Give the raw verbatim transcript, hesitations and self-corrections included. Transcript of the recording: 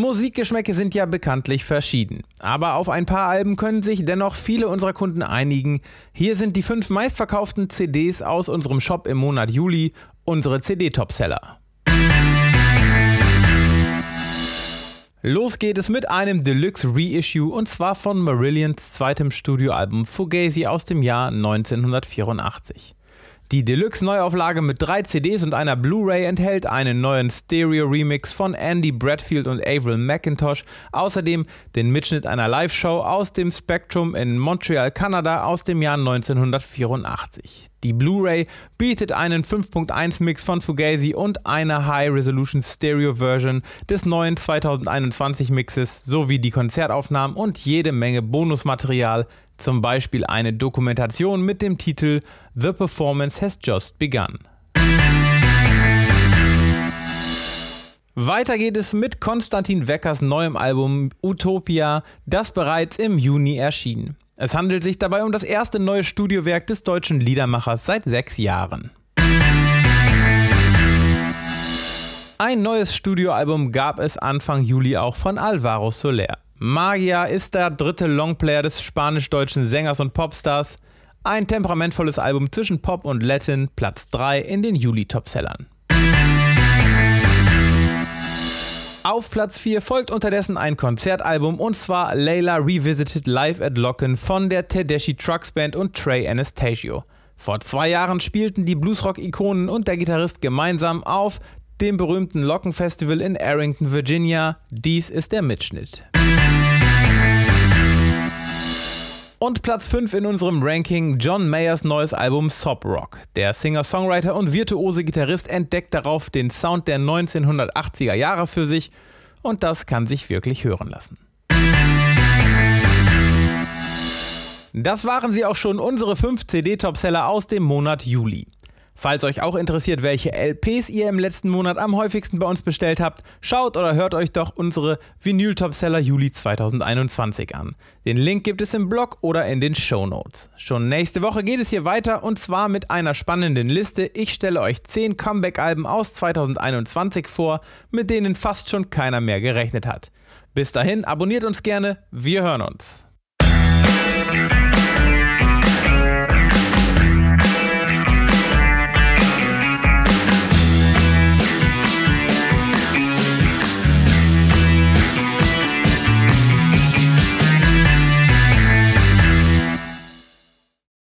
Musikgeschmäcke sind ja bekanntlich verschieden, aber auf ein paar Alben können sich dennoch viele unserer Kunden einigen. Hier sind die fünf meistverkauften C Ds aus unserem Shop im Monat Juli, unsere C D-Topseller. Los geht es mit einem Deluxe Reissue und zwar von Marillions zweitem Studioalbum Fugazi aus dem Jahr neunzehnhundertvierundachtzig. Die Deluxe-Neuauflage mit drei C Ds und einer Blu-ray enthält einen neuen Stereo-Remix von Andy Bradfield und Avril McIntosh, außerdem den Mitschnitt einer Live-Show aus dem Spectrum in Montreal, Kanada aus dem Jahr neunzehnhundertvierundachtzig. Die Blu-ray bietet einen fünf Punkt eins Mix von Fugazi und eine High-Resolution Stereo-Version des neuen zweitausendeinundzwanzig Mixes sowie die Konzertaufnahmen und jede Menge Bonusmaterial, zum Beispiel eine Dokumentation mit dem Titel The Performance Has Just Begun. Weiter geht es mit Konstantin Weckers neuem Album Utopia, das bereits im Juni erschien. Es handelt sich dabei um das erste neue Studiowerk des deutschen Liedermachers seit sechs Jahren. Ein neues Studioalbum gab es Anfang Juli auch von Alvaro Soler. Magia ist der dritte Longplayer des spanisch-deutschen Sängers und Popstars. Ein temperamentvolles Album zwischen Pop und Latin, Platz drei in den Juli-Topsellern. Auf Platz vier folgt unterdessen ein Konzertalbum und zwar Layla Revisited Live at Locken von der Tedeschi Trucks Band und Trey Anastasio. Vor zwei Jahren spielten die Bluesrock-Ikonen und der Gitarrist gemeinsam auf dem berühmten Locken-Festival in Arrington, Virginia. Dies ist der Mitschnitt. Und Platz fünf in unserem Ranking, John Mayers neues Album Sob Rock. Der Singer-Songwriter und virtuose Gitarrist entdeckt darauf den Sound der neunzehnhundertachtziger Jahre für sich und das kann sich wirklich hören lassen. Das waren sie auch schon, unsere fünf C D-Topseller aus dem Monat Juli. Falls euch auch interessiert, welche L Ps ihr im letzten Monat am häufigsten bei uns bestellt habt, schaut oder hört euch doch unsere Vinyl-Topseller Juli zweitausendeinundzwanzig an. Den Link gibt es im Blog oder in den Shownotes. Schon nächste Woche geht es hier weiter und zwar mit einer spannenden Liste. Ich stelle euch zehn Comeback-Alben aus zweitausendeinundzwanzig vor, mit denen fast schon keiner mehr gerechnet hat. Bis dahin, abonniert uns gerne, wir hören uns.